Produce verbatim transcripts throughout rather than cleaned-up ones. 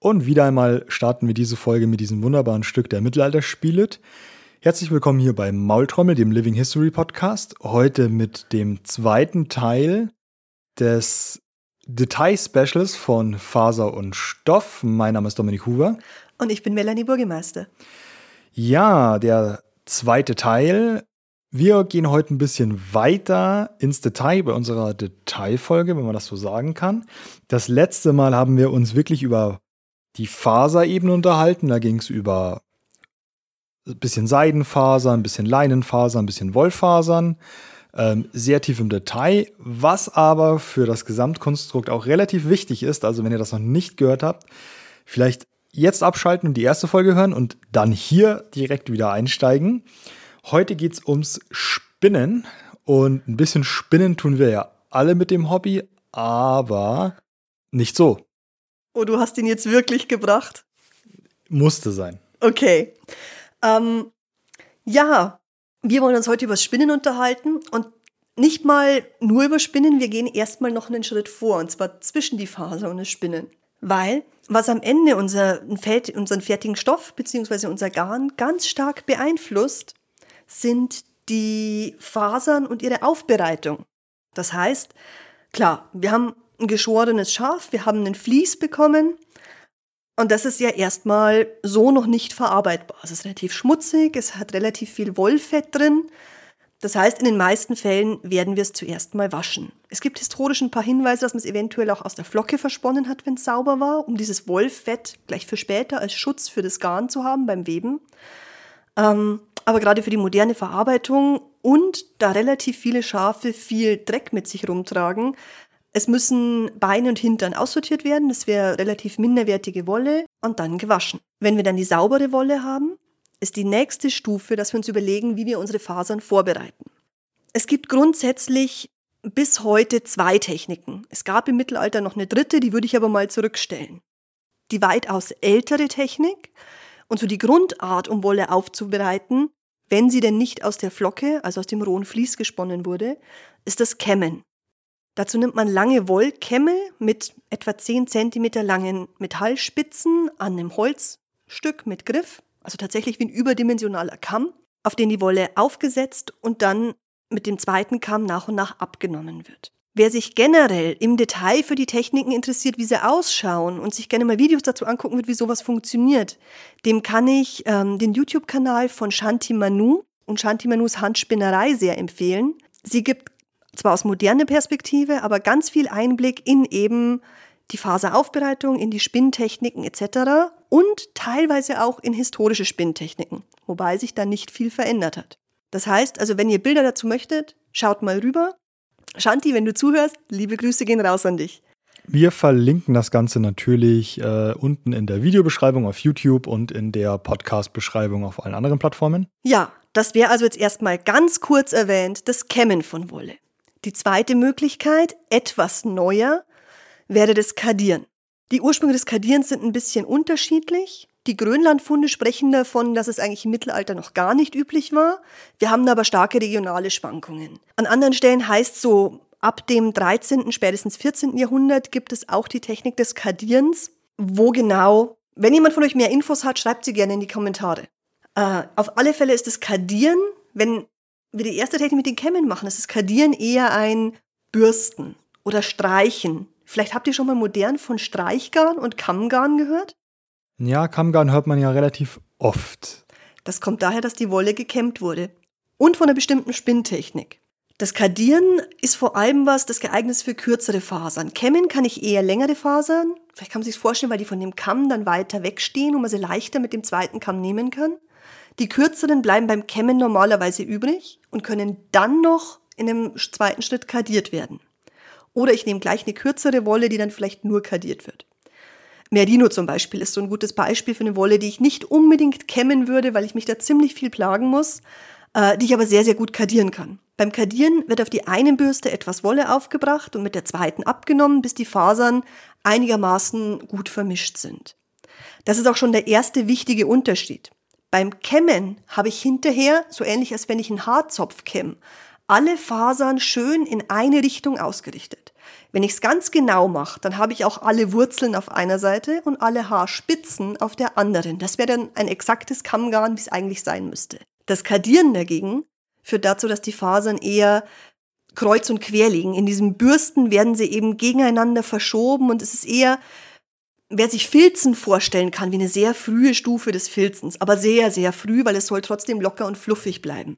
Und wieder einmal starten wir diese Folge mit diesem wunderbaren Stück der Mittelalterspiele. Herzlich willkommen hier bei Maultrommel, dem Living History Podcast. Heute mit dem zweiten Teil des Detail-Specials von Faser und Stoff. Mein Name ist Dominik Huber. Und ich bin Melanie Burgemeister. Ja, der zweite Teil. Wir gehen heute ein bisschen weiter ins Detail bei unserer Detailfolge, wenn man das so sagen kann. Das letzte Mal haben wir uns wirklich über die Faserebene unterhalten. Da ging es über ein bisschen Seidenfaser, ein bisschen Leinenfaser, ein bisschen Wollfasern. Ähm, sehr tief im Detail, was aber für das Gesamtkonstrukt auch relativ wichtig ist. Also wenn ihr das noch nicht gehört habt, vielleicht jetzt abschalten und die erste Folge hören und dann hier direkt wieder einsteigen. Heute geht es ums Spinnen und ein bisschen Spinnen tun wir ja alle mit dem Hobby, aber nicht so. Oh, du hast ihn jetzt wirklich gebracht? Musste sein. Okay. Ähm, ja, wir wollen uns heute über das Spinnen unterhalten und nicht mal nur über Spinnen, wir gehen erstmal noch einen Schritt vor, und zwar zwischen die Faser und das Spinnen. Weil, was am Ende unser, unseren fertigen Stoff bzw. unser Garn ganz stark beeinflusst, sind die Fasern und ihre Aufbereitung. Das heißt, klar, wir haben ein geschorenes Schaf, wir haben einen Vlies bekommen und das ist ja erstmal so noch nicht verarbeitbar. Es ist relativ schmutzig, es hat relativ viel Wollfett drin. Das heißt, in den meisten Fällen werden wir es zuerst mal waschen. Es gibt historisch ein paar Hinweise, dass man es eventuell auch aus der Flocke versponnen hat, wenn es sauber war, um dieses Wollfett gleich für später als Schutz für das Garn zu haben beim Weben. Ähm, aber gerade für die moderne Verarbeitung und da relativ viele Schafe viel Dreck mit sich rumtragen, es müssen Beine und Hintern aussortiert werden, das wäre relativ minderwertige Wolle und dann gewaschen. Wenn wir dann die saubere Wolle haben, ist die nächste Stufe, dass wir uns überlegen, wie wir unsere Fasern vorbereiten. Es gibt grundsätzlich bis heute zwei Techniken. Es gab im Mittelalter noch eine dritte, die würde ich aber mal zurückstellen. Die weitaus ältere Technik und so die Grundart, um Wolle aufzubereiten, wenn sie denn nicht aus der Flocke, also aus dem rohen Vlies gesponnen wurde, ist das Kämmen. Dazu nimmt man lange Wollkämme mit etwa zehn Zentimeter langen Metallspitzen an einem Holzstück mit Griff, also tatsächlich wie ein überdimensionaler Kamm, auf den die Wolle aufgesetzt und dann mit dem zweiten Kamm nach und nach abgenommen wird. Wer sich generell im Detail für die Techniken interessiert, wie sie ausschauen und sich gerne mal Videos dazu angucken wird, wie sowas funktioniert, dem kann ich ähm, den YouTube-Kanal von Shanti Manu und Shanti Manus Handspinnerei sehr empfehlen. Sie gibt zwar aus moderner Perspektive, aber ganz viel Einblick in eben die Faseraufbereitung, in die Spinntechniken et cetera und teilweise auch in historische Spinntechniken, wobei sich da nicht viel verändert hat. Das heißt, also wenn ihr Bilder dazu möchtet, schaut mal rüber. Shanti, wenn du zuhörst, liebe Grüße gehen raus an dich. Wir verlinken das Ganze natürlich äh, unten in der Videobeschreibung auf YouTube und in der Podcast-Beschreibung auf allen anderen Plattformen. Ja, das wäre also jetzt erstmal ganz kurz erwähnt, das Kämmen von Wolle. Die zweite Möglichkeit, etwas neuer, wäre das Kardieren. Die Ursprünge des Kardierens sind ein bisschen unterschiedlich. Die Grönlandfunde sprechen davon, dass es eigentlich im Mittelalter noch gar nicht üblich war. Wir haben aber starke regionale Schwankungen. An anderen Stellen heißt es so, ab dem dreizehnten, spätestens vierzehnten Jahrhundert gibt es auch die Technik des Kardierens. Wo genau? Wenn jemand von euch mehr Infos hat, schreibt sie gerne in die Kommentare. Äh, auf alle Fälle ist das Kardieren, wenn wir die erste Technik mit den Kämmen machen, ist das Kardieren eher ein Bürsten oder Streichen. Vielleicht habt ihr schon mal modern von Streichgarn und Kammgarn gehört? Ja, Kammgarn hört man ja relativ oft. Das kommt daher, dass die Wolle gekämmt wurde. Und von einer bestimmten Spinntechnik. Das Kardieren ist vor allem was, das geeignet ist für kürzere Fasern. Kämmen kann ich eher längere Fasern. Vielleicht kann man sich vorstellen, weil die von dem Kamm dann weiter wegstehen und man sie leichter mit dem zweiten Kamm nehmen kann. Die kürzeren bleiben beim Kämmen normalerweise übrig und können dann noch in einem zweiten Schritt kardiert werden. Oder ich nehme gleich eine kürzere Wolle, die dann vielleicht nur kardiert wird. Merino zum Beispiel ist so ein gutes Beispiel für eine Wolle, die ich nicht unbedingt kämmen würde, weil ich mich da ziemlich viel plagen muss, äh, die ich aber sehr, sehr gut kardieren kann. Beim Kardieren wird auf die eine Bürste etwas Wolle aufgebracht und mit der zweiten abgenommen, bis die Fasern einigermaßen gut vermischt sind. Das ist auch schon der erste wichtige Unterschied. Beim Kämmen habe ich hinterher, so ähnlich als wenn ich einen Haarzopf kämme, alle Fasern schön in eine Richtung ausgerichtet. Wenn ich es ganz genau mache, dann habe ich auch alle Wurzeln auf einer Seite und alle Haarspitzen auf der anderen. Das wäre dann ein exaktes Kammgarn, wie es eigentlich sein müsste. Das Kardieren dagegen führt dazu, dass die Fasern eher kreuz und quer liegen. In diesen Bürsten werden sie eben gegeneinander verschoben und es ist eher, wer sich Filzen vorstellen kann, wie eine sehr frühe Stufe des Filzens, aber sehr, sehr früh, weil es soll trotzdem locker und fluffig bleiben.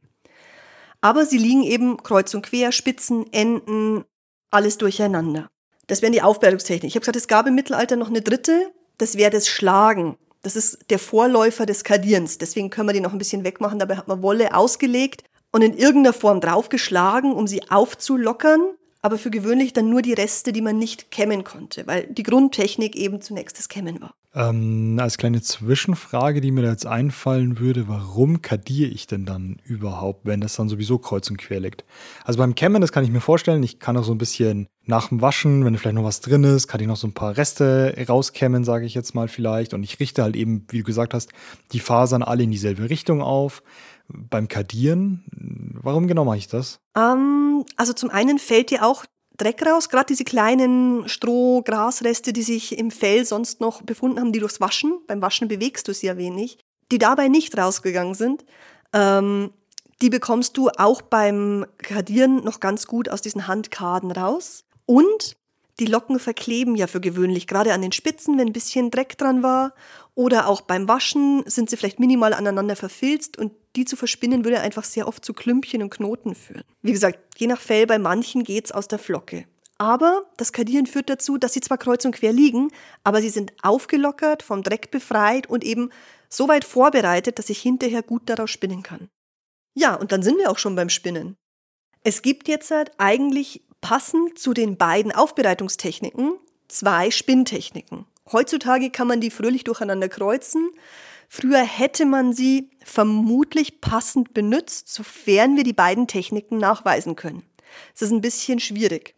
Aber sie liegen eben kreuz und quer, Spitzen, Enden, alles durcheinander. Das wären die Aufbereitungstechniken. Ich habe gesagt, es gab im Mittelalter noch eine dritte, das wäre das Schlagen. Das ist der Vorläufer des Kardierens. Deswegen können wir den noch ein bisschen wegmachen. Dabei hat man Wolle ausgelegt und in irgendeiner Form draufgeschlagen, um sie aufzulockern. Aber für gewöhnlich dann nur die Reste, die man nicht kämmen konnte, weil die Grundtechnik eben zunächst das Kämmen war. Ähm, als kleine Zwischenfrage, die mir da jetzt einfallen würde, warum kardiere ich denn dann überhaupt, wenn das dann sowieso kreuz und quer liegt? Also beim Kämmen, das kann ich mir vorstellen, ich kann auch so ein bisschen nach dem Waschen, wenn vielleicht noch was drin ist, kann ich noch so ein paar Reste rauskämmen, sage ich jetzt mal vielleicht. Und ich richte halt eben, wie du gesagt hast, die Fasern alle in dieselbe Richtung auf. Beim Kardieren, warum genau mache ich das? Ähm, also zum einen fällt dir auch Dreck raus, gerade diese kleinen Stroh-Grasreste, die sich im Fell sonst noch befunden haben, die durchs Waschen, beim Waschen bewegst du sie ja wenig, die dabei nicht rausgegangen sind, ähm, die bekommst du auch beim Kardieren noch ganz gut aus diesen Handkarten raus. Und die Locken verkleben ja für gewöhnlich, gerade an den Spitzen, wenn ein bisschen Dreck dran war. Oder auch beim Waschen sind sie vielleicht minimal aneinander verfilzt und die zu verspinnen würde einfach sehr oft zu Klümpchen und Knoten führen. Wie gesagt, je nach Fell, bei manchen geht's aus der Flocke. Aber das Kardieren führt dazu, dass sie zwar kreuz und quer liegen, aber sie sind aufgelockert, vom Dreck befreit und eben so weit vorbereitet, dass ich hinterher gut daraus spinnen kann. Ja, und dann sind wir auch schon beim Spinnen. Es gibt jetzt halt eigentlich passend zu den beiden Aufbereitungstechniken zwei Spinntechniken. Heutzutage kann man die fröhlich durcheinander kreuzen. Früher hätte man sie vermutlich passend benutzt, sofern wir die beiden Techniken nachweisen können. Es ist ein bisschen schwierig.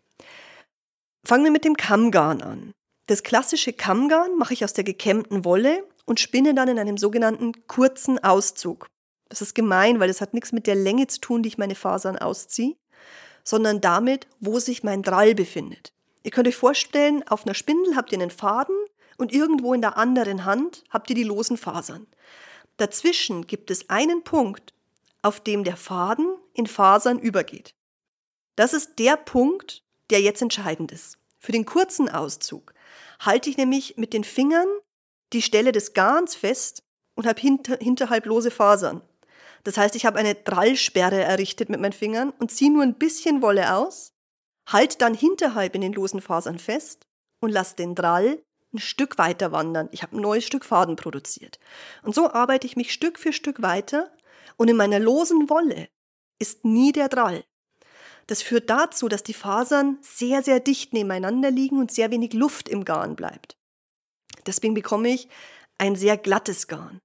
Fangen wir mit dem Kammgarn an. Das klassische Kammgarn mache ich aus der gekämmten Wolle und spinne dann in einem sogenannten kurzen Auszug. Das ist gemein, weil das hat nichts mit der Länge zu tun, die ich meine Fasern ausziehe, sondern damit, wo sich mein Drall befindet. Ihr könnt euch vorstellen, auf einer Spindel habt ihr einen Faden und irgendwo in der anderen Hand habt ihr die losen Fasern. Dazwischen gibt es einen Punkt, auf dem der Faden in Fasern übergeht. Das ist der Punkt, der jetzt entscheidend ist. Für den kurzen Auszug halte ich nämlich mit den Fingern die Stelle des Garns fest und habe hinter, hinterhalb lose Fasern. Das heißt, ich habe eine Drallsperre errichtet mit meinen Fingern und ziehe nur ein bisschen Wolle aus, halte dann hinterhalb in den losen Fasern fest und lasse den Drall ein Stück weiter wandern. Ich habe ein neues Stück Faden produziert. Und so arbeite ich mich Stück für Stück weiter und in meiner losen Wolle ist nie der Drall. Das führt dazu, dass die Fasern sehr, sehr dicht nebeneinander liegen und sehr wenig Luft im Garn bleibt. Deswegen bekomme ich ein sehr glattes Garn.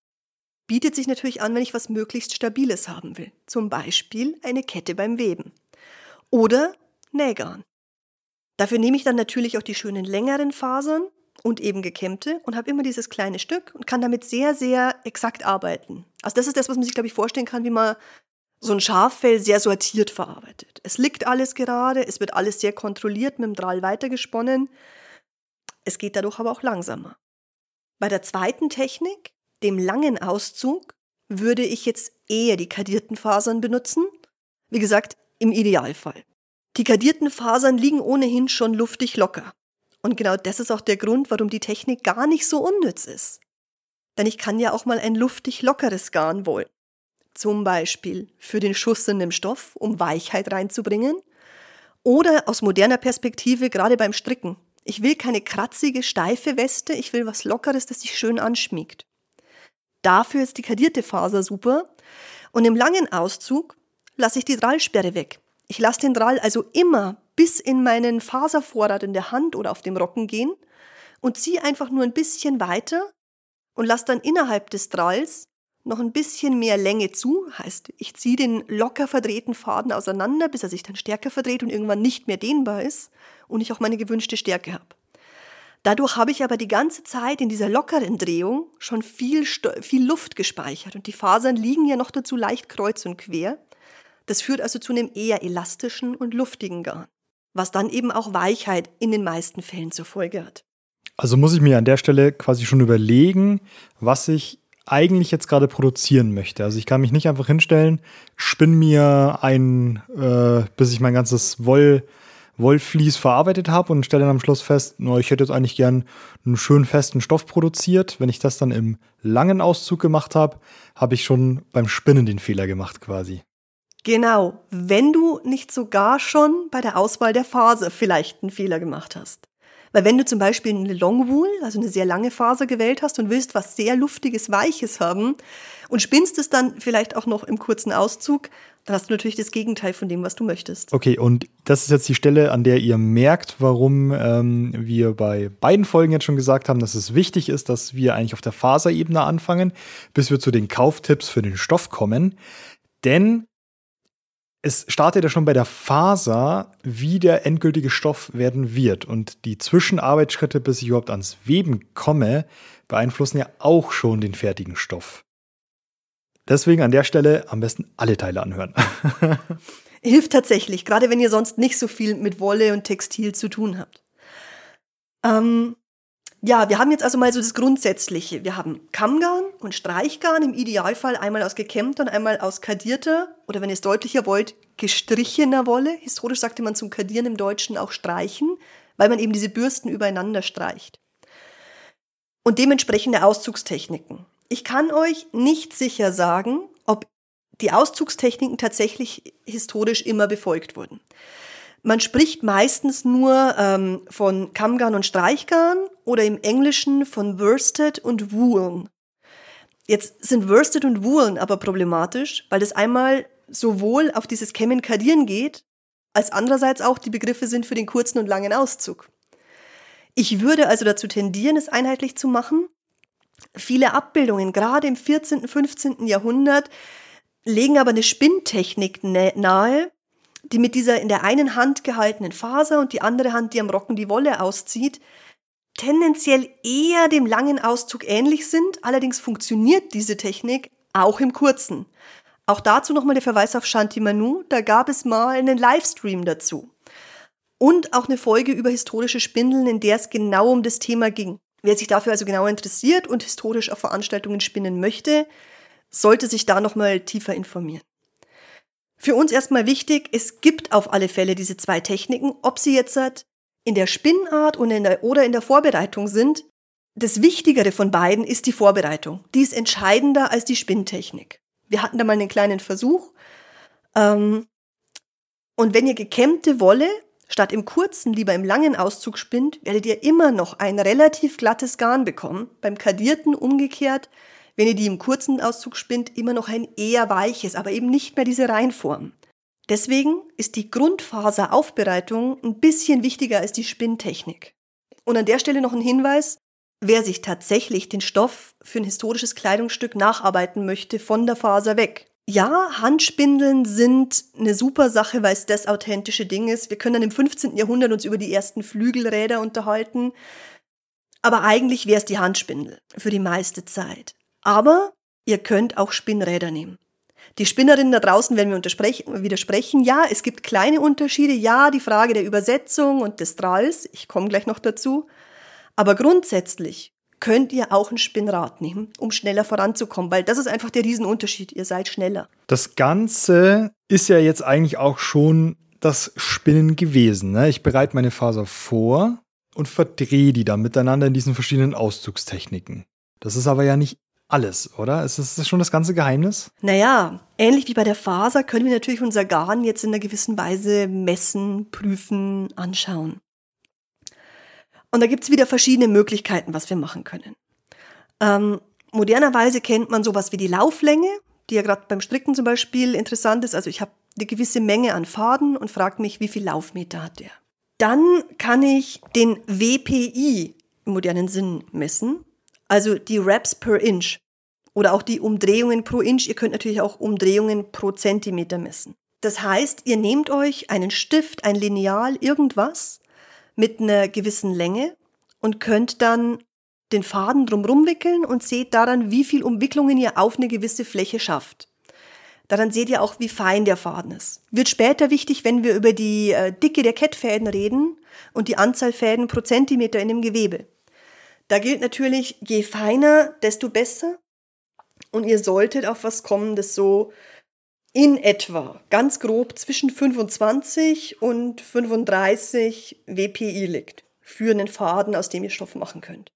Bietet sich natürlich an, wenn ich was möglichst Stabiles haben will. Zum Beispiel eine Kette beim Weben. Oder Nähgarn. Dafür nehme ich dann natürlich auch die schönen längeren Fasern und eben gekämmte und habe immer dieses kleine Stück und kann damit sehr, sehr exakt arbeiten. Also das ist das, was man sich, glaube ich, vorstellen kann, wie man so ein Schaffell sehr sortiert verarbeitet. Es liegt alles gerade, es wird alles sehr kontrolliert mit dem Drall weitergesponnen. Es geht dadurch aber auch langsamer. Bei der zweiten Technik, dem langen Auszug, würde ich jetzt eher die kardierten Fasern benutzen. Wie gesagt, im Idealfall. Die kardierten Fasern liegen ohnehin schon luftig locker. Und genau das ist auch der Grund, warum die Technik gar nicht so unnütz ist. Denn ich kann ja auch mal ein luftig lockeres Garn wollen. Zum Beispiel für den Schuss in dem Stoff, um Weichheit reinzubringen. Oder aus moderner Perspektive gerade beim Stricken. Ich will keine kratzige, steife Weste, ich will was Lockeres, das sich schön anschmiegt. Dafür ist die kardierte Faser super. Und im langen Auszug lasse ich die Drallsperre weg. Ich lasse den Drall also immer bis in meinen Faservorrat in der Hand oder auf dem Rocken gehen und ziehe einfach nur ein bisschen weiter und lasse dann innerhalb des Dralls noch ein bisschen mehr Länge zu. Heißt, ich ziehe den locker verdrehten Faden auseinander, bis er sich dann stärker verdreht und irgendwann nicht mehr dehnbar ist und ich auch meine gewünschte Stärke habe. Dadurch habe ich aber die ganze Zeit in dieser lockeren Drehung schon viel, viel Luft gespeichert und die Fasern liegen ja noch dazu leicht kreuz und quer. Das führt also zu einem eher elastischen und luftigen Garn, was dann eben auch Weichheit in den meisten Fällen zur Folge hat. Also muss ich mir an der Stelle quasi schon überlegen, was ich eigentlich jetzt gerade produzieren möchte. Also ich kann mich nicht einfach hinstellen, spinne mir ein, äh, bis ich mein ganzes Woll, Wollvlies verarbeitet habe und stelle dann am Schluss fest, no, ich hätte jetzt eigentlich gern einen schönen festen Stoff produziert. Wenn ich das dann im langen Auszug gemacht habe, habe ich schon beim Spinnen den Fehler gemacht quasi. Genau, wenn du nicht sogar schon bei der Auswahl der Faser vielleicht einen Fehler gemacht hast. Weil wenn du zum Beispiel eine Longwool, also eine sehr lange Faser gewählt hast und willst was sehr Luftiges, Weiches haben und spinnst es dann vielleicht auch noch im kurzen Auszug, dann hast du natürlich das Gegenteil von dem, was du möchtest. Okay, und das ist jetzt die Stelle, an der ihr merkt, warum ähm, wir bei beiden Folgen jetzt schon gesagt haben, dass es wichtig ist, dass wir eigentlich auf der Faserebene anfangen, bis wir zu den Kauftipps für den Stoff kommen. Denn es startet ja schon bei der Faser, wie der endgültige Stoff werden wird. Und die Zwischenarbeitsschritte, bis ich überhaupt ans Weben komme, beeinflussen ja auch schon den fertigen Stoff. Deswegen an der Stelle am besten alle Teile anhören. Hilft tatsächlich, gerade wenn ihr sonst nicht so viel mit Wolle und Textil zu tun habt. Ähm, ja, wir haben jetzt also mal so das Grundsätzliche. Wir haben Kammgarn und Streichgarn, im Idealfall einmal aus gekämmter und einmal aus kardierter oder wenn ihr es deutlicher wollt, gestrichener Wolle. Historisch sagte man zum Kardieren im Deutschen auch streichen, weil man eben diese Bürsten übereinander streicht. Und dementsprechende Auszugstechniken. Ich kann euch nicht sicher sagen, ob die Auszugstechniken tatsächlich historisch immer befolgt wurden. Man spricht meistens nur ähm, von Kammgarn und Streichgarn oder im Englischen von Worsted und Woolen. Jetzt sind Worsted und Woolen aber problematisch, weil das einmal sowohl auf dieses Kämmen-Kardieren geht, als andererseits auch die Begriffe sind für den kurzen und langen Auszug. Ich würde also dazu tendieren, es einheitlich zu machen. Viele Abbildungen, gerade im vierzehnten, fünfzehnten Jahrhundert, legen aber eine Spinntechnik nahe, die mit dieser in der einen Hand gehaltenen Faser und die andere Hand, die am Rocken die Wolle auszieht, tendenziell eher dem langen Auszug ähnlich sind. Allerdings funktioniert diese Technik auch im kurzen. Auch dazu nochmal der Verweis auf Shanti Manu, da gab es mal einen Livestream dazu. Und auch eine Folge über historische Spindeln, in der es genau um das Thema ging. Wer sich dafür also genauer interessiert und historisch auf Veranstaltungen spinnen möchte, sollte sich da nochmal tiefer informieren. Für uns erstmal wichtig, es gibt auf alle Fälle diese zwei Techniken, ob sie jetzt in der Spinnart oder in der, oder in der Vorbereitung sind. Das Wichtigere von beiden ist die Vorbereitung. Die ist entscheidender als die Spinntechnik. Wir hatten da mal einen kleinen Versuch. Und wenn ihr gekämmte Wolle statt im kurzen lieber im langen Auszug spinnt, werdet ihr immer noch ein relativ glattes Garn bekommen. Beim kardierten umgekehrt, wenn ihr die im kurzen Auszug spinnt, immer noch ein eher weiches, aber eben nicht mehr diese Reinform. Deswegen ist die Grundfaseraufbereitung ein bisschen wichtiger als die Spinntechnik. Und an der Stelle noch ein Hinweis, wer sich tatsächlich den Stoff für ein historisches Kleidungsstück nacharbeiten möchte, von der Faser weg. Ja, Handspindeln sind eine super Sache, weil es das authentische Ding ist. Wir können dann im fünfzehnten Jahrhundert uns über die ersten Flügelräder unterhalten. Aber eigentlich wäre es die Handspindel für die meiste Zeit. Aber ihr könnt auch Spinnräder nehmen. Die Spinnerinnen da draußen werden mir widersprechen. Ja, es gibt kleine Unterschiede. Ja, die Frage der Übersetzung und des Dralls. Ich komme gleich noch dazu. Aber grundsätzlich könnt ihr auch ein Spinnrad nehmen, um schneller voranzukommen, weil das ist einfach der Riesenunterschied. Ihr seid schneller. Das Ganze ist ja jetzt eigentlich auch schon das Spinnen gewesen, ne? Ich bereite meine Faser vor und verdrehe die dann miteinander in diesen verschiedenen Auszugstechniken. Das ist aber ja nicht alles, oder? Ist das schon das ganze Geheimnis? Naja, ähnlich wie bei der Faser können wir natürlich unser Garn jetzt in einer gewissen Weise messen, prüfen, anschauen. Und da gibt es wieder verschiedene Möglichkeiten, was wir machen können. Ähm, modernerweise kennt man sowas wie die Lauflänge, die ja gerade beim Stricken zum Beispiel interessant ist. Also ich habe eine gewisse Menge an Faden und frage mich, wie viel Laufmeter hat der? Dann kann ich den W P I im modernen Sinn messen, also die Reps per Inch oder auch die Umdrehungen pro Inch. Ihr könnt natürlich auch Umdrehungen pro Zentimeter messen. Das heißt, ihr nehmt euch einen Stift, ein Lineal, irgendwas mit einer gewissen Länge und könnt dann den Faden drumherum wickeln und seht daran, wie viel Umwicklungen ihr auf eine gewisse Fläche schafft. Daran seht ihr auch, wie fein der Faden ist. Wird später wichtig, wenn wir über die äh, Dicke der Kettfäden reden und die Anzahl Fäden pro Zentimeter in dem Gewebe. Da gilt natürlich, je feiner, desto besser. Und ihr solltet auf was kommen, das so in etwa, ganz grob, zwischen fünfundzwanzig und fünfunddreißig W P I liegt. Für einen Faden, aus dem ihr Stoff machen könnt.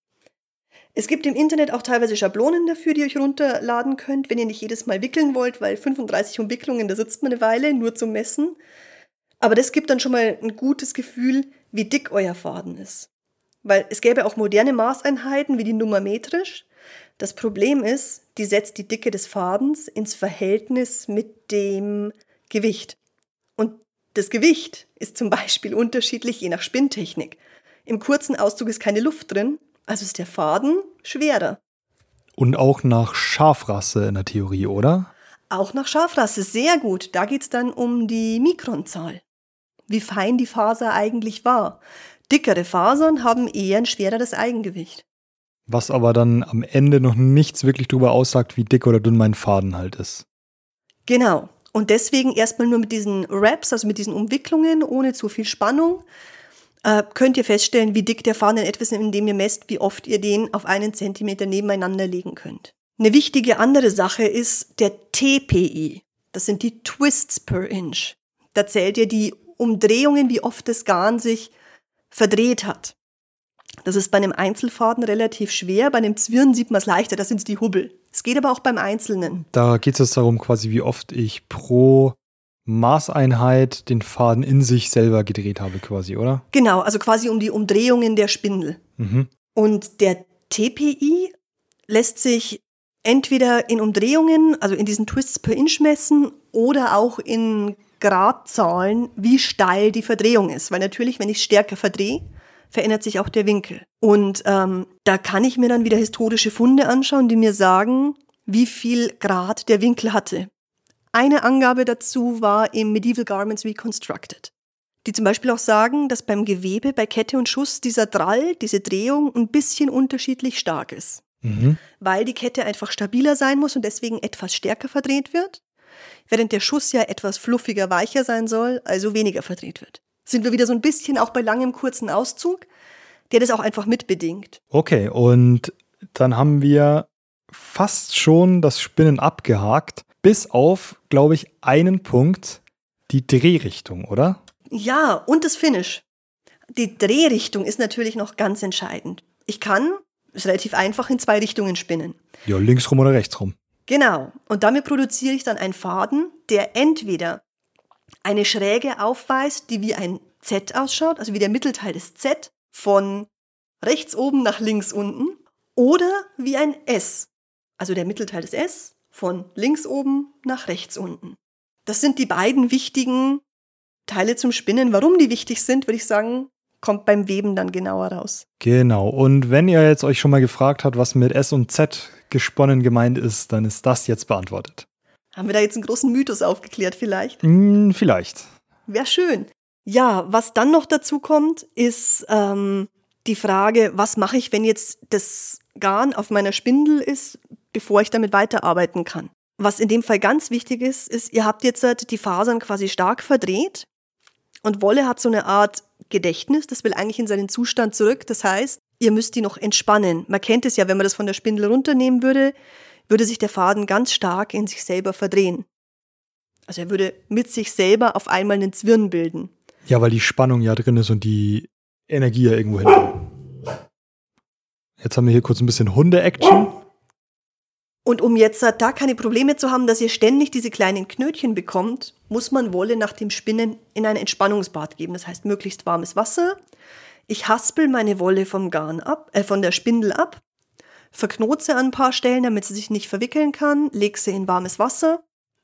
Es gibt im Internet auch teilweise Schablonen dafür, die ihr euch runterladen könnt, wenn ihr nicht jedes Mal wickeln wollt, weil fünfunddreißig Umwicklungen, da sitzt man eine Weile, nur zum Messen. Aber das gibt dann schon mal ein gutes Gefühl, wie dick euer Faden ist. Weil es gäbe auch moderne Maßeinheiten, wie die nummermetrisch. Das Problem ist, die setzt die Dicke des Fadens ins Verhältnis mit dem Gewicht. Und das Gewicht ist zum Beispiel unterschiedlich je nach Spinntechnik. Im kurzen Auszug ist keine Luft drin, also ist der Faden schwerer. Und auch nach Schafrasse in der Theorie, oder? Auch nach Schafrasse, sehr gut. Da geht es dann um die Mikronzahl. Wie fein die Faser eigentlich war. Dickere Fasern haben eher ein schwereres Eigengewicht. Was aber dann am Ende noch nichts wirklich darüber aussagt, wie dick oder dünn mein Faden halt ist. Genau. Und deswegen erstmal nur mit diesen Wraps, also mit diesen Umwicklungen, ohne zu viel Spannung, äh, könnt ihr feststellen, wie dick der Faden in etwa ist, indem ihr messt, wie oft ihr den auf einen Zentimeter nebeneinander legen könnt. Eine wichtige andere Sache ist der T P I. Das sind die Twists per Inch. Da zählt ihr die Umdrehungen, wie oft das Garn sich verdreht hat. Das ist bei einem Einzelfaden relativ schwer, bei einem Zwirn sieht man es leichter, das sind die Hubbel. Es geht aber auch beim Einzelnen. Da geht es jetzt darum, quasi wie oft ich pro Maßeinheit den Faden in sich selber gedreht habe quasi, oder? Genau, also quasi um die Umdrehungen der Spindel. Mhm. Und der T P I lässt sich entweder in Umdrehungen, also in diesen Twists per Inch messen oder auch in Gradzahlen, wie steil die Verdrehung ist. Weil natürlich, wenn ich stärker verdrehe, verändert sich auch der Winkel. Und ähm, da kann ich mir dann wieder historische Funde anschauen, die mir sagen, wie viel Grad der Winkel hatte. Eine Angabe dazu war im Medieval Garments Reconstructed, die zum Beispiel auch sagen, dass beim Gewebe, bei Kette und Schuss dieser Drall, diese Drehung ein bisschen unterschiedlich stark ist. Mhm. Weil die Kette einfach stabiler sein muss und deswegen etwas stärker verdreht wird, während der Schuss ja etwas fluffiger, weicher sein soll, also weniger verdreht wird. Sind wir wieder so ein bisschen auch bei langem, kurzen Auszug, der das auch einfach mitbedingt. Okay, und dann haben wir fast schon das Spinnen abgehakt, bis auf, glaube ich, einen Punkt, die Drehrichtung, oder? Ja, und das Finish. Die Drehrichtung ist natürlich noch ganz entscheidend. Ich kann, ist relativ einfach, in zwei Richtungen spinnen. Ja, links rum oder rechts rum. Genau, und damit produziere ich dann einen Faden, der entweder eine Schräge aufweist, die wie ein Z ausschaut, also wie der Mittelteil des Z, von rechts oben nach links unten, oder wie ein S, also der Mittelteil des S, von links oben nach rechts unten. Das sind die beiden wichtigen Teile zum Spinnen. Warum die wichtig sind, würde ich sagen, kommt beim Weben dann genauer raus. Genau, und wenn ihr jetzt euch schon mal gefragt habt, was mit S und Z gesponnen gemeint ist, dann ist das jetzt beantwortet. Haben wir da jetzt einen großen Mythos aufgeklärt vielleicht? Hm, vielleicht. Wäre schön. Ja, was dann noch dazu kommt, ist ähm, die Frage, was mache ich, wenn jetzt das Garn auf meiner Spindel ist, bevor ich damit weiterarbeiten kann. Was in dem Fall ganz wichtig ist, ist, ihr habt jetzt halt die Fasern quasi stark verdreht und Wolle hat so eine Art Gedächtnis, das will eigentlich in seinen Zustand zurück. Das heißt, ihr müsst die noch entspannen. Man kennt es ja, wenn man das von der Spindel runternehmen würde, würde sich der Faden ganz stark in sich selber verdrehen. Also er würde mit sich selber auf einmal einen Zwirn bilden. Ja, weil die Spannung ja drin ist und die Energie ja irgendwo hin. Jetzt haben wir hier kurz ein bisschen Hunde-Action. Und um jetzt da keine Probleme zu haben, dass ihr ständig diese kleinen Knötchen bekommt, muss man Wolle nach dem Spinnen in ein Entspannungsbad geben. Das heißt, möglichst warmes Wasser. Ich haspel meine Wolle vom Garn ab, äh, von der Spindel ab, verknote an ein paar Stellen, damit sie sich nicht verwickeln kann, lege sie in warmes Wasser,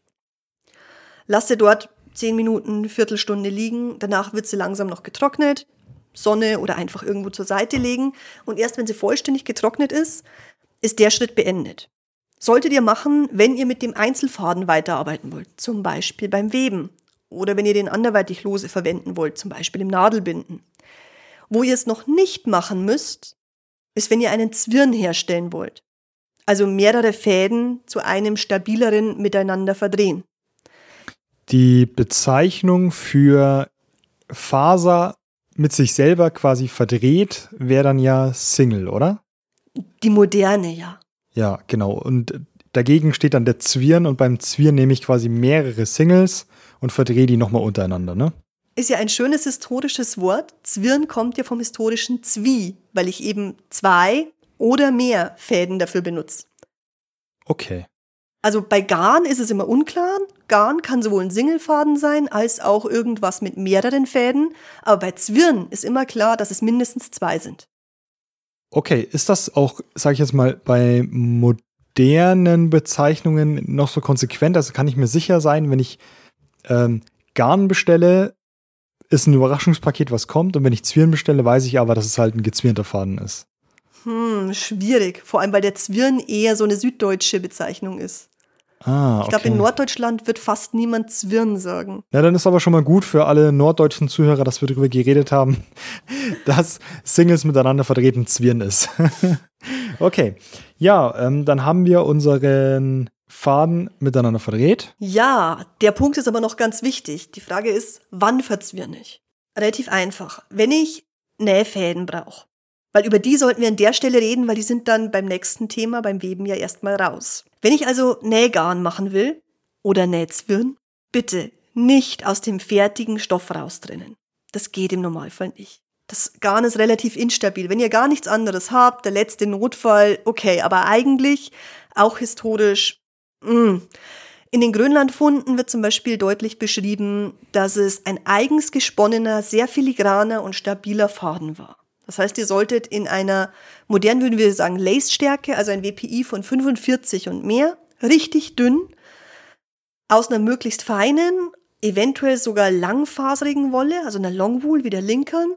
lasse dort zehn Minuten, Viertelstunde liegen, danach wird sie langsam noch getrocknet, Sonne oder einfach irgendwo zur Seite legen und erst wenn sie vollständig getrocknet ist, ist der Schritt beendet. Solltet ihr machen, wenn ihr mit dem Einzelfaden weiterarbeiten wollt, zum Beispiel beim Weben oder wenn ihr den anderweitig lose verwenden wollt, zum Beispiel im Nadelbinden. Wo ihr es noch nicht machen müsst, ist, wenn ihr einen Zwirn herstellen wollt. Also mehrere Fäden zu einem stabileren miteinander verdrehen. die Bezeichnung für Faser mit sich selber quasi verdreht, wäre dann ja Single, oder? Die moderne, ja. Ja, genau. Und dagegen steht dann der Zwirn und beim Zwirn nehme ich quasi mehrere Singles und verdrehe die nochmal untereinander, ne? Ist ja ein schönes historisches Wort. Zwirn kommt ja vom historischen Zwie, weil ich eben zwei oder mehr Fäden dafür benutze. Okay. Also bei Garn ist es immer unklar. Garn kann sowohl ein Singlefaden sein, als auch irgendwas mit mehreren Fäden. Aber bei Zwirn ist immer klar, dass es mindestens zwei sind. Okay, ist das auch, sage ich jetzt mal, bei modernen Bezeichnungen noch so konsequent? Also kann ich mir sicher sein, wenn ich ähm, Garn bestelle, ist ein Überraschungspaket, was kommt. Und wenn ich Zwirn bestelle, weiß ich aber, dass es halt ein gezwirnter Faden ist. Hm, schwierig. Vor allem, weil der Zwirn eher so eine süddeutsche Bezeichnung ist. Ah, okay. Ich glaube, in Norddeutschland wird fast niemand Zwirn sagen. Ja, dann ist aber schon mal gut für alle norddeutschen Zuhörer, dass wir darüber geredet haben, dass Singles miteinander verdrehten Zwirn ist. Okay, ja, ähm, dann haben wir unseren Faden miteinander verdreht. Ja, der Punkt ist aber noch ganz wichtig. Die Frage ist, wann verzwirne ich? Relativ einfach. Wenn ich Nähfäden brauche. Weil über die sollten wir an der Stelle reden, weil die sind dann beim nächsten Thema, beim Weben ja erstmal raus. Wenn ich also Nähgarn machen will oder Nähzwirn, bitte nicht aus dem fertigen Stoff raustrennen. Das geht im Normalfall nicht. Das Garn ist relativ instabil. Wenn ihr gar nichts anderes habt, der letzte Notfall, okay, aber eigentlich auch historisch, mh. In den Grönlandfunden wird zum Beispiel deutlich beschrieben, dass es ein eigens gesponnener, sehr filigraner und stabiler Faden war. Das heißt, ihr solltet in einer, modern würden wir sagen, Lace-Stärke, also ein W P I von fünfundvierzig und mehr, richtig dünn, aus einer möglichst feinen, eventuell sogar langfaserigen Wolle, also einer Longwool wie der Lincoln,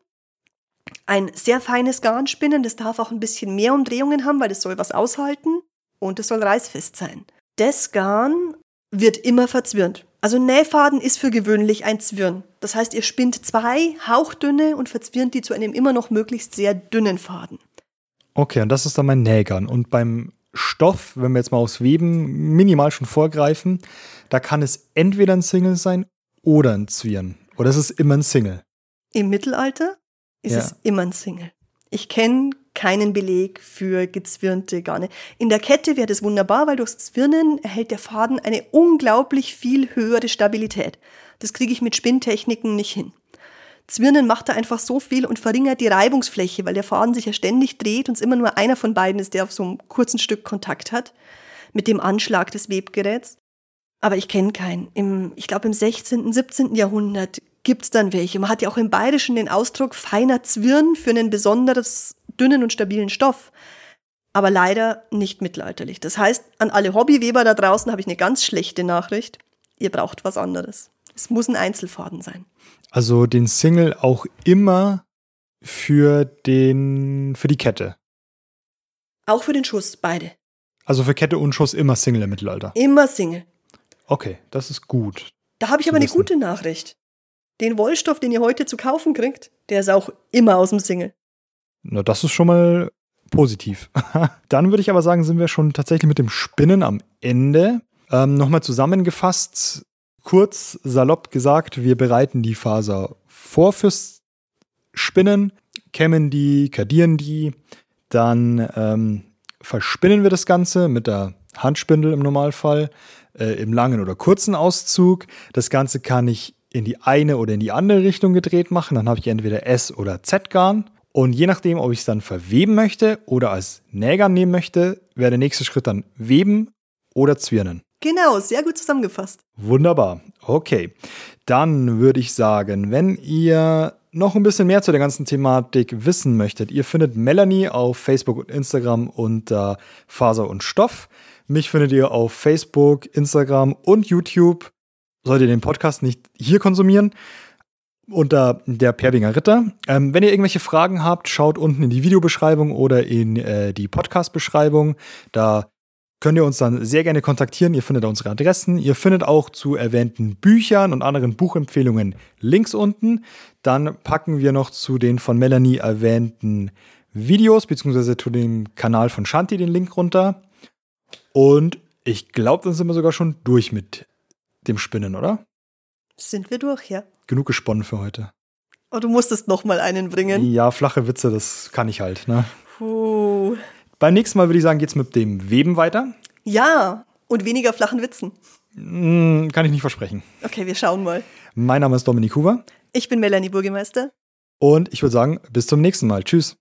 ein sehr feines Garn spinnen, das darf auch ein bisschen mehr Umdrehungen haben, weil das soll was aushalten und es soll reißfest sein. Das Garn wird immer verzwirnt. Also Nähfaden ist für gewöhnlich ein Zwirn. Das heißt, ihr spinnt zwei hauchdünne und verzwirnt die zu einem immer noch möglichst sehr dünnen Faden. Okay, und das ist dann mein Nähgarn. Und beim Stoff, wenn wir jetzt mal aufs Weben minimal schon vorgreifen, da kann es entweder ein Single sein oder ein Zwirn. Oder es ist immer ein Single. Im Mittelalter ist Ja. es immer ein Single. Ich kenne keinen Beleg für gezwirnte Garne. In der Kette wäre das wunderbar, weil durchs Zwirnen erhält der Faden eine unglaublich viel höhere Stabilität. Das kriege ich mit Spinntechniken nicht hin. Zwirnen macht da einfach so viel und verringert die Reibungsfläche, weil der Faden sich ja ständig dreht und es immer nur einer von beiden ist, der auf so einem kurzen Stück Kontakt hat mit dem Anschlag des Webgeräts. Aber ich kenne keinen. Im, ich glaube, im sechzehnten, siebzehnten Jahrhundert gibt es dann welche. Man hat ja auch im Bayerischen den Ausdruck feiner Zwirn für einen besonders dünnen und stabilen Stoff. Aber leider nicht mittelalterlich. Das heißt, an alle Hobbyweber da draußen habe ich eine ganz schlechte Nachricht. Ihr braucht was anderes. Es muss ein Einzelfaden sein. Also den Single auch immer für den, für die Kette. Auch für den Schuss, beide. Also für Kette und Schuss immer Single im Mittelalter. Immer Single. Okay, das ist gut. Da habe ich Zu aber eine wissen. gute Nachricht. Den Wollstoff, den ihr heute zu kaufen kriegt, der ist auch immer aus dem Single. Na, das ist schon mal positiv. Dann würde ich aber sagen, sind wir schon tatsächlich mit dem Spinnen am Ende. Ähm, Nochmal zusammengefasst, kurz, salopp gesagt, wir bereiten die Faser vor fürs Spinnen, kämmen die, kardieren die, dann ähm, verspinnen wir das Ganze mit der Handspindel im Normalfall, äh, im langen oder kurzen Auszug. Das Ganze kann ich in die eine oder in die andere Richtung gedreht machen. Dann habe ich entweder S- oder Z-Garn. Und je nachdem, ob ich es dann verweben möchte oder als Nähgarn nehmen möchte, wäre der nächste Schritt dann weben oder zwirnen. Genau, sehr gut zusammengefasst. Wunderbar. Okay. Dann würde ich sagen, wenn ihr noch ein bisschen mehr zu der ganzen Thematik wissen möchtet, ihr findet Melanie auf Facebook und Instagram unter Faser und Stoff. Mich findet ihr auf Facebook, Instagram und YouTube. Solltet ihr den Podcast nicht hier konsumieren, unter der Perbinger Ritter. Ähm, wenn ihr irgendwelche Fragen habt, schaut unten in die Videobeschreibung oder in äh, die Podcast-Beschreibung. Da könnt ihr uns dann sehr gerne kontaktieren. Ihr findet unsere Adressen. Ihr findet auch zu erwähnten Büchern und anderen Buchempfehlungen Links unten. Dann packen wir noch zu den von Melanie erwähnten Videos, beziehungsweise zu dem Kanal von Shanti den Link runter. Und ich glaube, dann sind wir sogar schon durch mit dem Spinnen, oder? Sind wir durch, ja? Genug gesponnen für heute. Oh, du musstest noch mal einen bringen. Ja, flache Witze, das kann ich halt, ne? Puh. Beim nächsten Mal würde ich sagen, geht's mit dem Weben weiter. Ja, und weniger flachen Witzen. Hm, kann ich nicht versprechen. Okay, wir schauen mal. Mein Name ist Dominik Huber. Ich bin Melanie Burgemeister. Und ich würde sagen, bis zum nächsten Mal. Tschüss.